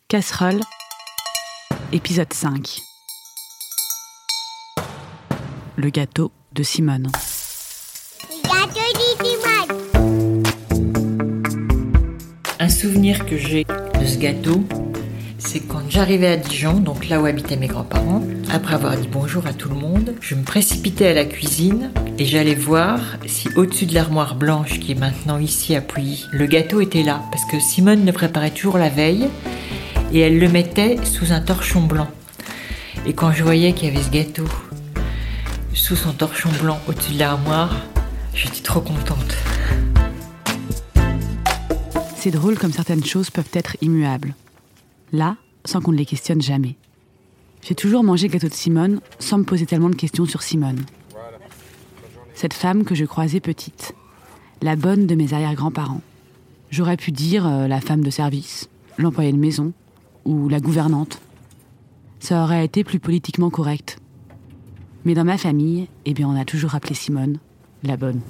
Casserole, épisode 5. Le gâteau de Simone. Le gâteau de Simone. Un souvenir que j'ai de ce gâteau, c'est quand j'arrivais à Dijon, donc là où habitaient mes grands-parents, après avoir dit bonjour à tout le monde, je me précipitais à la cuisine et j'allais voir si au-dessus de l'armoire blanche qui est maintenant ici à Pouilly, le gâteau était là, parce que Simone le préparait toujours la veille et elle le mettait sous un torchon blanc. Et quand je voyais qu'il y avait ce gâteau sous son torchon blanc au-dessus de l'armoire, j'étais trop contente. C'est drôle comme certaines choses peuvent être immuables. Là, sans qu'on ne les questionne jamais. J'ai toujours mangé le gâteau de Simone sans me poser tellement de questions sur Simone. Cette femme que je croisais petite. La bonne de mes arrière-grands-parents. J'aurais pu dire la femme de service, l'employée de maison ou la gouvernante. Ça aurait été plus politiquement correct. Mais dans ma famille, on a toujours appelé Simone la bonne.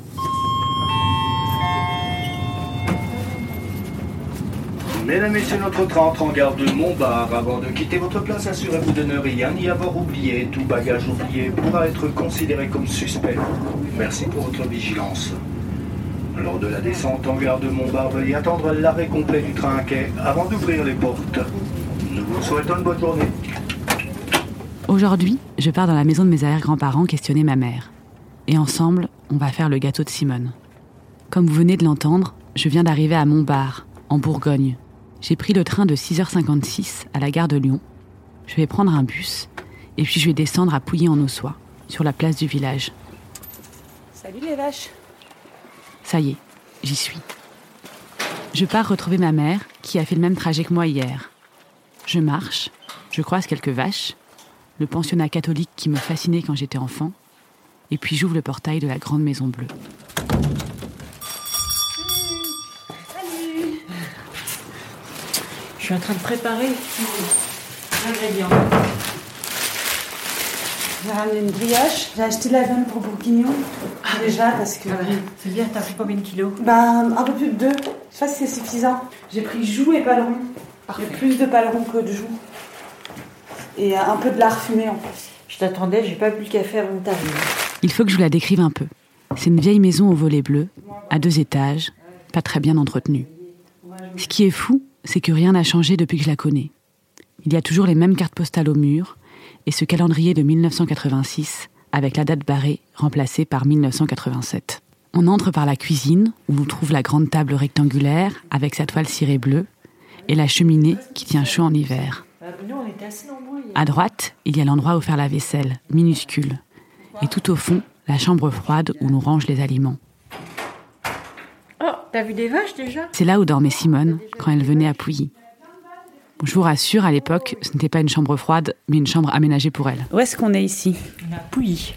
Mesdames, Messieurs, notre train entre en gare de Montbard. Avant de quitter votre place, assurez-vous de ne rien y avoir oublié. Tout bagage oublié pourra être considéré comme suspect. Merci pour votre vigilance. Lors de la descente en gare de Montbard, veuillez attendre l'arrêt complet du train à quai avant d'ouvrir les portes. Nous vous souhaitons une bonne journée. Aujourd'hui, je pars dans la maison de mes arrière-grands-parents questionner ma mère. Et ensemble, on va faire le gâteau de Simone. Comme vous venez de l'entendre, je viens d'arriver à Montbard, en Bourgogne. J'ai pris le train de 6h56 à la gare de Lyon. Je vais prendre un bus et puis je vais descendre à Pouilly-en-Ossois, sur la place du village. Salut les vaches. Ça y est, j'y suis. Je pars retrouver ma mère qui a fait le même trajet que moi hier. Je marche, je croise quelques vaches, le pensionnat catholique qui me fascinait quand j'étais enfant, et puis j'ouvre le portail de la grande maison bleue. Je suis en train de préparer l'ingrédient. J'ai ramené une brioche. J'ai acheté de la viande pour bourguignon. Déjà parce que... C'est bien, t'as pris combien de kilos? Un peu plus de 2. Je sais pas si c'est suffisant. J'ai pris joux et paleron. J'ai plus de paleron que de joux. Et un peu de lard fumé en plus. Je t'attendais, j'ai pas bu le café avant que t'arrives. Il faut que je vous la décrive un peu. C'est une vieille maison au volet bleu, à 2 étages, pas très bien entretenue. Ce qui est fou, c'est que rien n'a changé depuis que je la connais. Il y a toujours les mêmes cartes postales au mur et ce calendrier de 1986 avec la date barrée remplacée par 1987. On entre par la cuisine où l'on trouve la grande table rectangulaire avec sa toile cirée bleue et la cheminée qui tient chaud en hiver. À droite, il y a l'endroit où faire la vaisselle, minuscule. Et tout au fond, la chambre froide où l'on range les aliments. Oh, t'as vu des vaches déjà? C'est là où dormait Simone quand elle venait à Pouilly. Je vous rassure, à l'époque, ce n'était pas une chambre froide, mais une chambre aménagée pour elle. Où est-ce qu'on est ici? On est à Pouilly.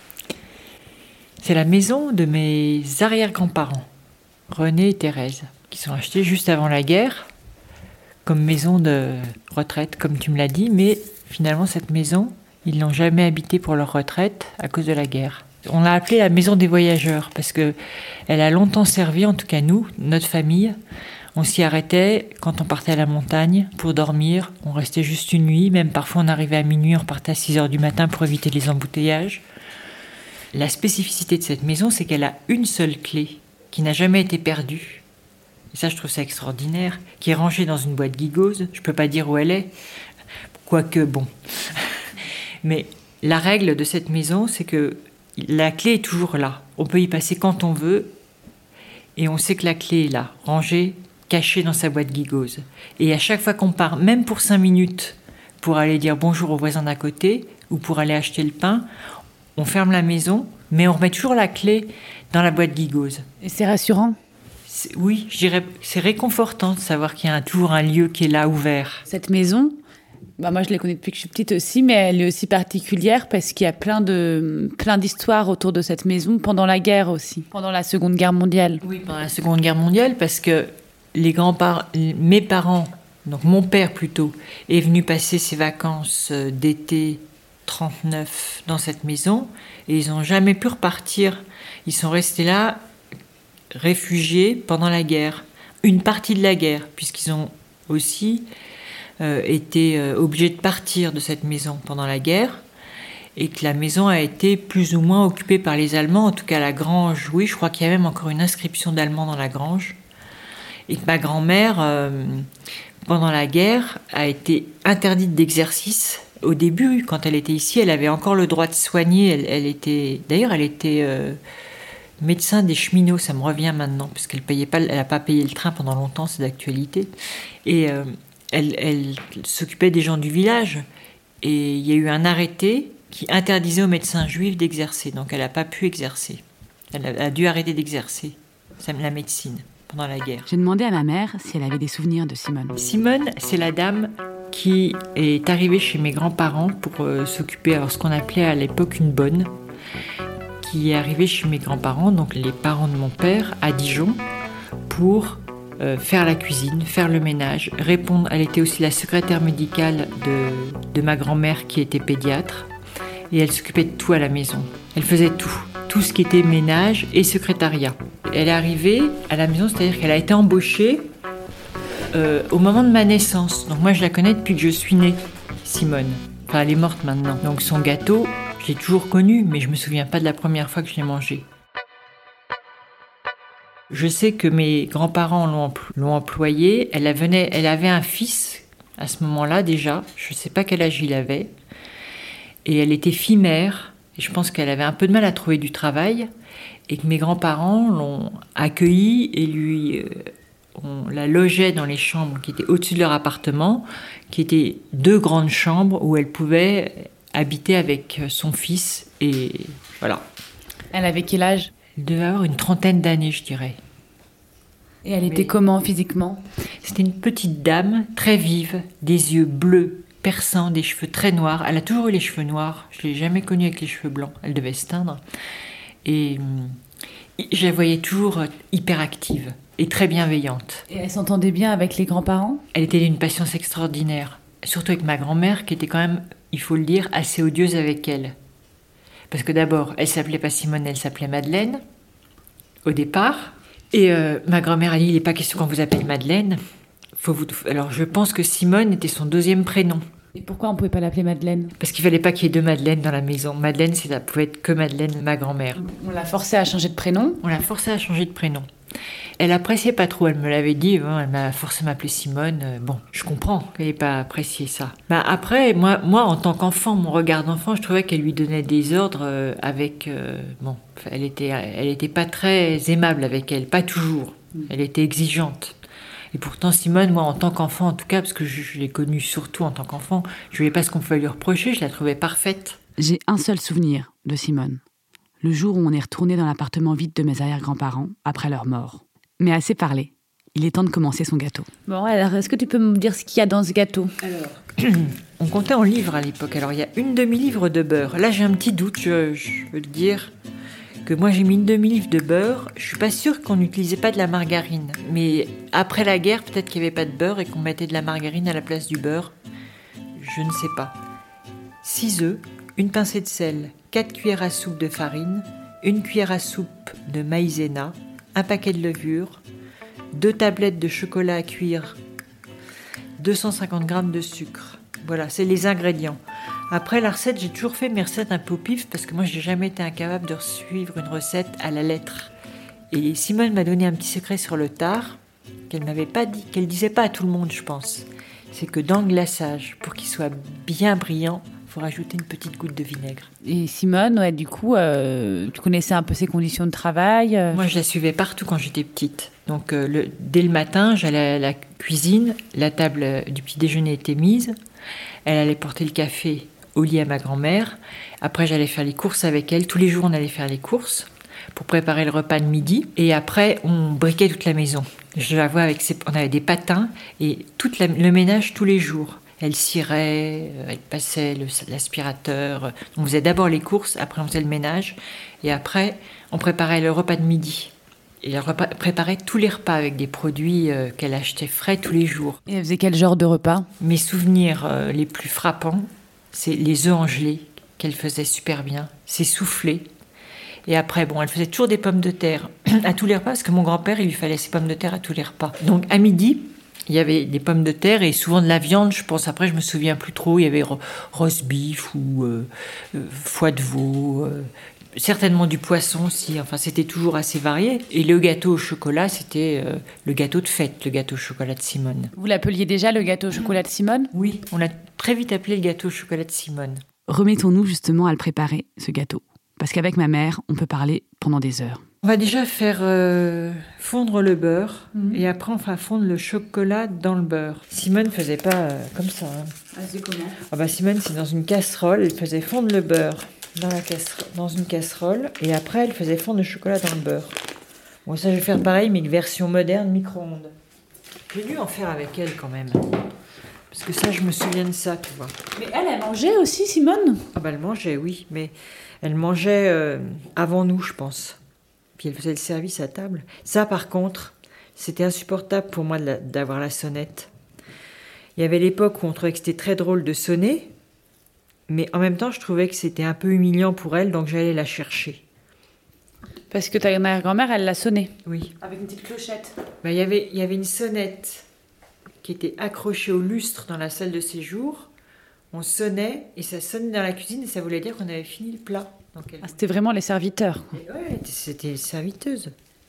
C'est la maison de mes arrière-grands-parents, René et Thérèse, qui sont achetés juste avant la guerre, comme maison de retraite, comme tu me l'as dit, mais finalement cette maison, ils l'ont jamais habitée pour leur retraite à cause de la guerre. On l'a appelée la maison des voyageurs parce que elle a longtemps servi, en tout cas nous, notre famille. On s'y arrêtait quand on partait à la montagne pour dormir. On restait juste une nuit, même parfois on arrivait à minuit, on repartait à 6h du matin pour éviter les embouteillages. La spécificité de cette maison, c'est qu'elle a une seule clé qui n'a jamais été perdue. Et ça, je trouve ça extraordinaire, qui est rangée dans une boîte gigose. Je peux pas dire où elle est, quoique bon. Mais la règle de cette maison, c'est que la clé est toujours là. On peut y passer quand on veut et on sait que la clé est là, rangée, cachée dans sa boîte gigose. Et à chaque fois qu'on part, même pour 5 minutes, pour aller dire bonjour aux voisins d'à côté ou pour aller acheter le pain, on ferme la maison, mais on remet toujours la clé dans la boîte gigose. Et c'est rassurant? Oui, je dirais, c'est réconfortant de savoir qu'il y a toujours un lieu qui est là, ouvert. Cette maison, moi je la connais depuis que je suis petite aussi, mais elle est aussi particulière parce qu'il y a plein d'histoires autour de cette maison pendant la guerre aussi, pendant la Seconde Guerre mondiale. Oui, pendant la Seconde Guerre mondiale, parce que mes parents, donc mon père plutôt, est venu passer ses vacances d'été 39 dans cette maison et ils n'ont jamais pu repartir. Ils sont restés là, réfugiés pendant la guerre. Une partie de la guerre, puisqu'ils ont aussi était obligé de partir de cette maison pendant la guerre et que la maison a été plus ou moins occupée par les Allemands. En tout cas, la grange, oui, je crois qu'il y a même encore une inscription d'Allemands dans la grange. Et que ma grand-mère, pendant la guerre, a été interdite d'exercice. Au début, quand elle était ici, elle avait encore le droit de soigner. Elle était médecin des cheminots, ça me revient maintenant, parce qu'elle n'a pas payé le train pendant longtemps, c'est d'actualité. Et elle s'occupait des gens du village. Et il y a eu un arrêté qui interdisait aux médecins juifs d'exercer. Donc elle n'a pas pu exercer. Elle a dû arrêter d'exercer la médecine pendant la guerre. J'ai demandé à ma mère si elle avait des souvenirs de Simone. Simone, c'est la dame qui est arrivée chez mes grands-parents pour s'occuper, alors ce qu'on appelait à l'époque une bonne, qui est arrivée chez mes grands-parents, donc les parents de mon père, à Dijon, pour faire la cuisine, faire le ménage, répondre. Elle était aussi la secrétaire médicale de ma grand-mère qui était pédiatre, et elle s'occupait de tout à la maison. Elle faisait tout ce qui était ménage et secrétariat. Elle est arrivée à la maison, c'est-à-dire qu'elle a été embauchée au moment de ma naissance. Donc moi je la connais depuis que je suis née, Simone. Enfin elle est morte maintenant. Donc son gâteau, je l'ai toujours connu, mais je me souviens pas de la première fois que je l'ai mangé. Je sais que mes grands-parents l'ont employée. Elle avait un fils à ce moment-là déjà. Je sais pas quel âge il avait. Et elle était fille-mère. Et je pense qu'elle avait un peu de mal à trouver du travail. Et que mes grands-parents l'ont accueillie et on la logeait dans les chambres qui étaient au-dessus de leur appartement, qui étaient 2 grandes chambres où elle pouvait habiter avec son fils. Et voilà. Elle avait quel âge ? Elle devait avoir une 30aine d'années, je dirais. Et elle était comment physiquement ? C'était une petite dame, très vive, des yeux bleus, perçants, des cheveux très noirs. Elle a toujours eu les cheveux noirs. Je ne l'ai jamais connue avec les cheveux blancs. Elle devait se teindre. Et je la voyais toujours hyper active et très bienveillante. Et elle s'entendait bien avec les grands-parents ? Elle était d'une patience extraordinaire. Surtout avec ma grand-mère, qui était quand même, il faut le dire, assez odieuse avec elle. Parce que d'abord, elle s'appelait pas Simone, elle s'appelait Madeleine, au départ. Et ma grand-mère a dit, il n'est pas question qu'on vous appelle Madeleine. Alors je pense que Simone était son 2e prénom. Et pourquoi on ne pouvait pas l'appeler Madeleine ? Parce qu'il ne fallait pas qu'il y ait 2 Madeleine dans la maison. Madeleine, ça pouvait être que Madeleine, ma grand-mère. On l'a forcée à changer de prénom ? On l'a forcée à changer de prénom. Elle appréciait pas trop, elle me l'avait dit, elle m'a forcé à m'appeler Simone. Bon, je comprends qu'elle n'ait pas apprécié ça. Après, moi, en tant qu'enfant, mon regard d'enfant, je trouvais qu'elle lui donnait des ordres avec... elle était pas très aimable avec elle, pas toujours. Elle était exigeante. Et pourtant, Simone, moi, en tant qu'enfant, en tout cas, parce que je l'ai connue surtout en tant qu'enfant, je ne voyais pas ce qu'on pouvait lui reprocher, je la trouvais parfaite. J'ai un seul souvenir de Simone. Le jour où on est retourné dans l'appartement vide de mes arrière-grands-parents, après leur mort. Mais assez parlé. Il est temps de commencer son gâteau. Bon, alors, est-ce que tu peux me dire ce qu'il y a dans ce gâteau ? Alors, on comptait en livres à l'époque. Alors, il y a une demi-livre de beurre. Là, j'ai un petit doute, je veux te dire que moi, j'ai mis une demi-livre de beurre. Je suis pas sûre qu'on n'utilisait pas de la margarine. Mais après la guerre, peut-être qu'il n'y avait pas de beurre et qu'on mettait de la margarine à la place du beurre. Je ne sais pas. 6 œufs, une pincée de sel, 4 cuillères à soupe de farine, 1 cuillère à soupe de maïzena, un paquet de levure, 2 tablettes de chocolat à cuire, 250 g de sucre. Voilà, c'est les ingrédients. Après la recette, j'ai toujours fait mes recettes un peu au pif parce que moi, j'ai jamais été incapable de suivre une recette à la lettre. Et Simone m'a donné un petit secret sur le tard qu'elle m'avait pas dit, qu'elle disait pas à tout le monde, je pense. C'est que dans le glaçage, pour qu'il soit bien brillant, il faut rajouter une petite goutte de vinaigre. Et Simone, ouais, du coup, tu connaissais un peu ses conditions de travail Moi, je la suivais partout quand j'étais petite. Donc, dès le matin, j'allais à la cuisine, la table du petit déjeuner était mise, elle allait porter le café au lit à ma grand-mère. Après, j'allais faire les courses avec elle. Tous les jours, on allait faire les courses pour préparer le repas de midi. Et après, on briquait toute la maison. Je la vois on avait des patins et tout le ménage tous les jours. Elle cirait, elle passait l'aspirateur. On faisait d'abord les courses, après on faisait le ménage. Et après, on préparait le repas de midi. Et elle préparait tous les repas avec des produits qu'elle achetait frais tous les jours. Et elle faisait quel genre de repas ? Mes souvenirs les plus frappants, c'est les œufs en gelée qu'elle faisait super bien, ses soufflés. Et après, elle faisait toujours des pommes de terre à tous les repas, parce que mon grand-père, il lui fallait ses pommes de terre à tous les repas. Donc à midi, Il y avait des pommes de terre et souvent de la viande, je pense. Après, je me souviens plus trop. Il y avait roast beef ou foie de veau, certainement du poisson aussi. Enfin, c'était toujours assez varié. Et le gâteau au chocolat, c'était le gâteau de fête, le gâteau au chocolat de Simone. Vous l'appeliez déjà le gâteau au chocolat de Simone ? Oui, on l'a très vite appelé le gâteau au chocolat de Simone. Remettons-nous justement à le préparer, ce gâteau. Parce qu'avec ma mère, on peut parler pendant des heures. On va déjà faire fondre le beurre et après on fera fondre le chocolat dans le beurre. Simone faisait pas comme ça. Hein. Ah, c'est comment ? Ah bah Simone, c'est dans une casserole, elle faisait fondre le beurre dans une casserole et après elle faisait fondre le chocolat dans le beurre. Bon, ça je vais faire pareil mais une version moderne micro-ondes. J'ai dû en faire avec elle quand même. Parce que ça, je me souviens de ça, tu vois. Mais elle mangeait aussi, Simone ? Ah bah elle mangeait, oui, mais elle mangeait avant nous, je pense. Puis elle faisait le service à table. Ça, par contre, c'était insupportable pour moi d'avoir la sonnette. Il y avait l'époque où on trouvait que c'était très drôle de sonner, mais en même temps, je trouvais que c'était un peu humiliant pour elle, donc j'allais la chercher. Parce que ta grand-mère, elle l'a sonnée. Oui. Avec une petite clochette. Ben, il y avait une sonnette qui était accrochée au lustre dans la salle de séjour. On sonnait, et ça sonnait dans la cuisine, et ça voulait dire qu'on avait fini le plat. Donc elle... Ah, c'était vraiment les serviteurs. Ouais, c'était serviteuse.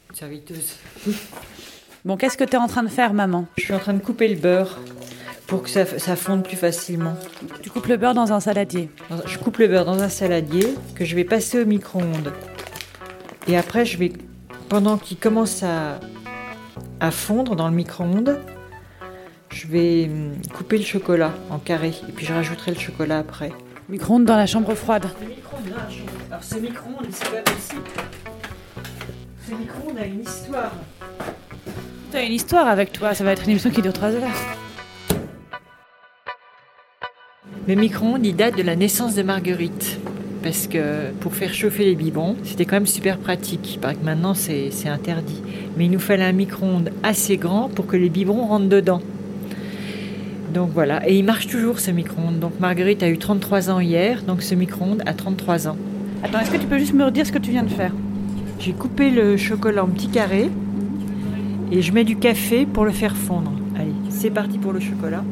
Bon, qu'est-ce que tu es en train de faire, maman ? Je suis en train de couper le beurre pour que ça fonde plus facilement. Tu coupes le beurre dans un saladier. Je coupe le beurre dans un saladier que je vais passer au micro-ondes. Et après, pendant qu'il commence à fondre dans le micro-ondes, je vais couper le chocolat en carré. Et puis je rajouterai le chocolat après. Micro-ondes dans la chambre froide. Le micro-ondes dans la chambre. Alors ce micro-ondes, c'est pas possible. Ce micro-ondes a une histoire. Tu as une histoire avec toi, ça va être une émission qui dure 3 heures. Le micro-ondes, il date de la naissance de Marguerite. Parce que pour faire chauffer les biberons, c'était quand même super pratique. Il paraît que maintenant, c'est interdit. Mais il nous fallait un micro-ondes assez grand pour que les biberons rentrent dedans. Donc voilà. Et il marche toujours, ce micro-ondes. Donc Marguerite a eu 33 ans hier, donc ce micro-ondes a 33 ans. Attends, est-ce que tu peux juste me redire ce que tu viens de faire ? J'ai coupé le chocolat en petits carrés et je mets du café pour le faire fondre. Allez, c'est parti pour le chocolat.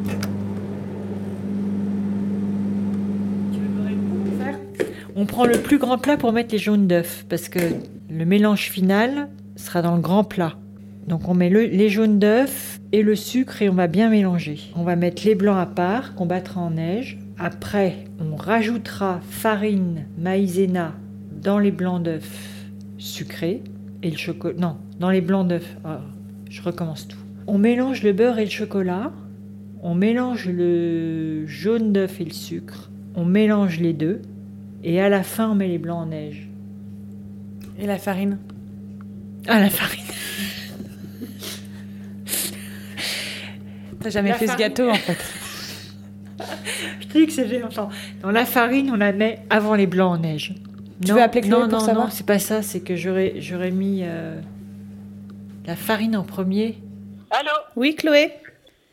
On prend le plus grand plat pour mettre les jaunes d'œufs parce que le mélange final sera dans le grand plat. Donc on met les jaunes d'œufs et le sucre et on va bien mélanger. On va mettre les blancs à part qu'on battra en neige. Après, on rajoutera farine maïzena dans les blancs d'œufs sucrés et le chocolat. Non, dans les blancs d'œufs. Oh, je recommence tout. On mélange le beurre et le chocolat. On mélange le jaune d'œuf et le sucre. On mélange les deux. Et à la fin, on met les blancs en neige. Et la farine ? Ah, la farine. T'as jamais fait ce gâteau, en fait. Je te dis que c'est gênant. Dans la farine, on la met avant les blancs en neige. Tu veux appeler Chloé pour savoir ? Non, c'est pas ça. C'est que j'aurais mis la farine en premier. Allô ? Oui, Chloé ? Oui ?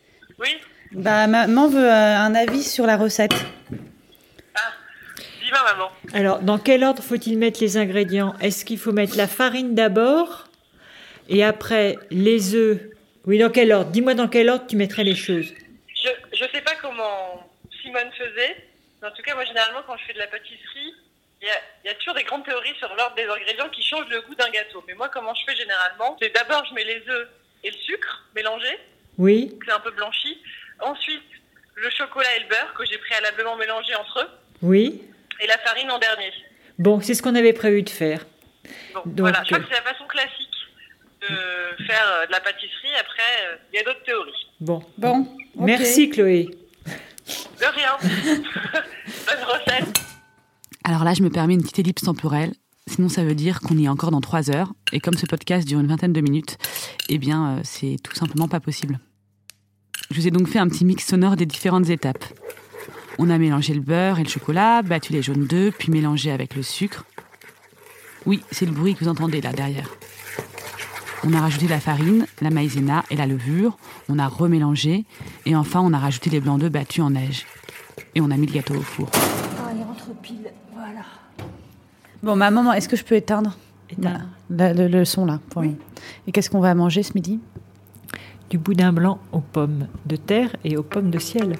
Bah, maman veut un avis sur la recette. Dis-moi, maman. Alors, dans quel ordre faut-il mettre les ingrédients ? Est-ce qu'il faut mettre la farine d'abord et après les œufs ? Oui, dans quel ordre ? Dis-moi dans quel ordre tu mettrais les choses. Je sais pas comment Simone faisait, mais en tout cas, moi, généralement, quand je fais de la pâtisserie, il y a toujours des grandes théories sur l'ordre des ingrédients qui changent le goût d'un gâteau. Mais moi, comment je fais généralement ? C'est d'abord, je mets les œufs et le sucre mélangés, Oui. c'est un peu blanchi. Ensuite, le chocolat et le beurre que j'ai préalablement mélangés entre eux. Oui. Et la farine en dernier. Bon, c'est ce qu'on avait prévu de faire. Bon, Donc, voilà, je crois que c'est la façon classique de faire de la pâtisserie. Après, il y a d'autres théories. Bon. Bon, ok. Merci Chloé. De rien. Bonne recette. Alors là, je me permets une petite ellipse temporelle. Sinon, ça veut dire qu'on y est encore dans 3 heures. Et comme ce podcast dure une vingtaine de minutes, eh bien, c'est tout simplement pas possible. Je vous ai donc fait un petit mix sonore des différentes étapes. On a mélangé le beurre et le chocolat, battu les jaunes d'œufs, puis mélangé avec le sucre. Oui, c'est le bruit que vous entendez là derrière. On a rajouté la farine, la maïzena et la levure. On a remélangé. Et enfin, on a rajouté les blancs d'œufs battus en neige. Et on a mis le gâteau au four. Ah, il rentre pile, voilà. Bon, ma maman, est-ce que je peux éteindre le son là pour lui. Et qu'est-ce qu'on va manger ce midi ? du boudin blanc aux pommes de terre et aux pommes de ciel.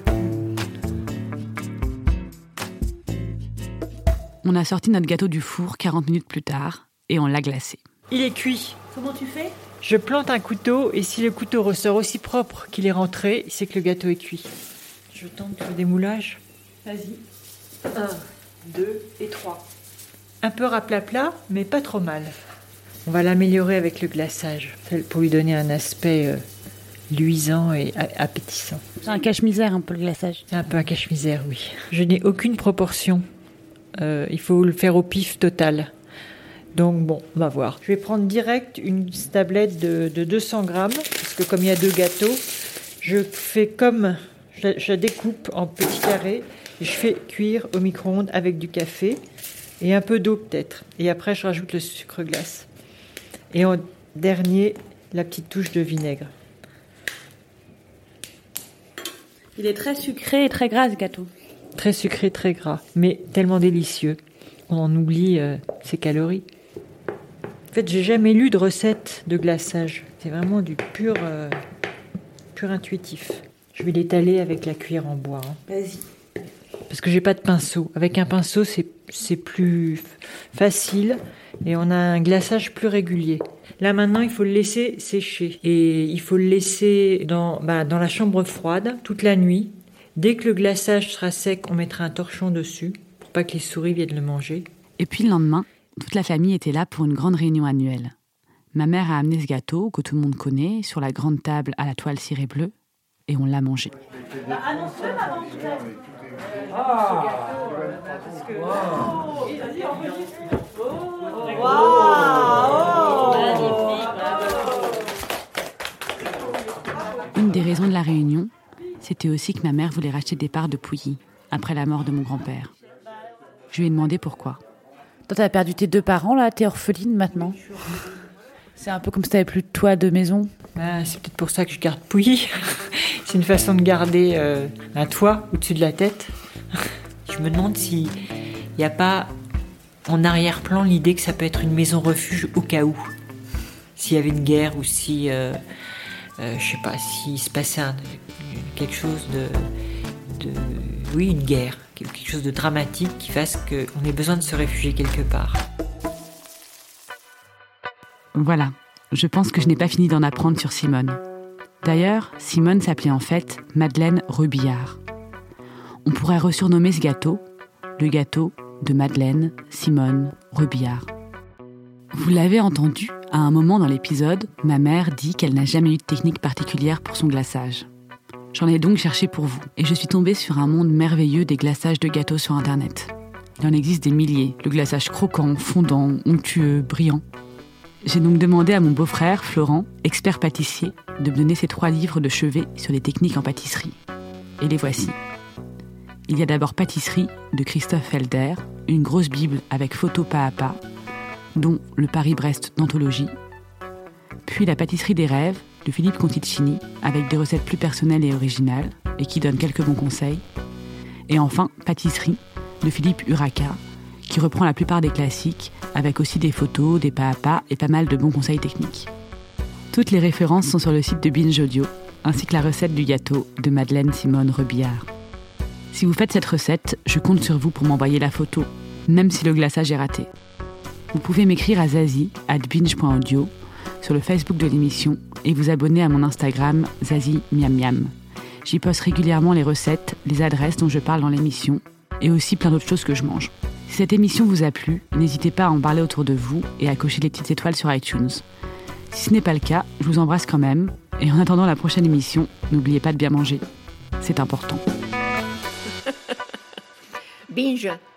On a sorti notre gâteau du four 40 minutes plus tard et on l'a glacé. Il est cuit. Comment tu fais? Je plante un couteau et si le couteau ressort aussi propre qu'il est rentré, c'est que le gâteau est cuit. Je tente le démoulage. Vas-y. 1, 2 et 3. Un peu raplapla, mais pas trop mal. On va l'améliorer avec le glaçage pour lui donner un aspect luisant et appétissant. C'est un cache-misère un peu le glaçage. C'est un peu un cache-misère, oui. Je n'ai aucune proportion. Il faut le faire au pif total. Donc bon, on va voir. Je vais prendre direct une tablette de 200 grammes, parce que comme il y a 2 gâteaux, je la découpe en petits carrés et je fais cuire au micro-ondes avec du café et un peu d'eau peut-être. Et après, je rajoute le sucre glace. Et en dernier, la petite touche de vinaigre. Il est très sucré et très gras ce gâteau. Très sucré, très gras, mais tellement délicieux. On en oublie ses calories. En fait, j'ai jamais lu de recette de glaçage. C'est vraiment du pur intuitif. Je vais l'étaler avec la cuillère en bois. Vas-y. Parce que j'ai pas de pinceau. Avec un pinceau, c'est plus facile et on a un glaçage plus régulier. Là maintenant, il faut le laisser sécher et il faut le laisser dans la chambre froide toute la nuit. Dès que le glaçage sera sec, on mettra un torchon dessus pour pas que les souris viennent le manger. Et puis le lendemain, toute la famille était là pour une grande réunion annuelle. Ma mère a amené ce gâteau que tout le monde connaît sur la grande table à la toile cirée bleue et on l'a mangé. Une des raisons de la réunion, c'était aussi que ma mère voulait racheter des parts de Pouilly après la mort de mon grand-père. Je lui ai demandé pourquoi. Toi, t'as perdu tes 2 parents, là, t'es orpheline maintenant. C'est un peu comme si t'avais plus de toit de maison. C'est peut-être pour ça que je garde Pouilly. C'est une façon de garder un toit au-dessus de la tête. Je me demande s'il n'y a pas en arrière-plan l'idée que ça peut être une maison refuge au cas où. S'il y avait une guerre ou si, je sais pas, s'il se passait quelque chose une guerre, quelque chose de dramatique qui fasse qu'on ait besoin de se réfugier quelque part. Voilà, je pense que je n'ai pas fini d'en apprendre sur Simone. D'ailleurs, Simone s'appelait en fait Madeleine Rebillard. On pourrait resurnommer ce gâteau le gâteau de Madeleine Simone Rebillard. Vous l'avez entendu, à un moment dans l'épisode, ma mère dit qu'elle n'a jamais eu de technique particulière pour son glaçage. J'en ai donc cherché pour vous, et je suis tombée sur un monde merveilleux des glaçages de gâteaux sur Internet. Il en existe des milliers, le glaçage croquant, fondant, onctueux, brillant. J'ai donc demandé à mon beau-frère, Florent, expert pâtissier, de me donner ses 3 livres de chevet sur les techniques en pâtisserie. Et les voici. Il y a d'abord Pâtisserie de Christophe Felder, une grosse bible avec photos pas à pas, dont le Paris-Brest d'anthologie. Puis La Pâtisserie des rêves de Philippe Conticini, avec des recettes plus personnelles et originales, et qui donne quelques bons conseils. Et enfin, Pâtisserie de Philippe Uraka, qui reprend la plupart des classiques, avec aussi des photos, des pas à pas et pas mal de bons conseils techniques. Toutes les références sont sur le site de Binge Audio, ainsi que la recette du gâteau de Madeleine Simone Rebillard. Si vous faites cette recette, je compte sur vous pour m'envoyer la photo, même si le glaçage est raté. Vous pouvez m'écrire à zazie@binge.audio sur le Facebook de l'émission et vous abonner à mon Instagram zazie_miam_miam. J'y poste régulièrement les recettes, les adresses dont je parle dans l'émission et aussi plein d'autres choses que je mange. Si cette émission vous a plu, n'hésitez pas à en parler autour de vous et à cocher les petites étoiles sur iTunes. Si ce n'est pas le cas, je vous embrasse quand même et en attendant la prochaine émission, n'oubliez pas de bien manger. C'est important. Binge.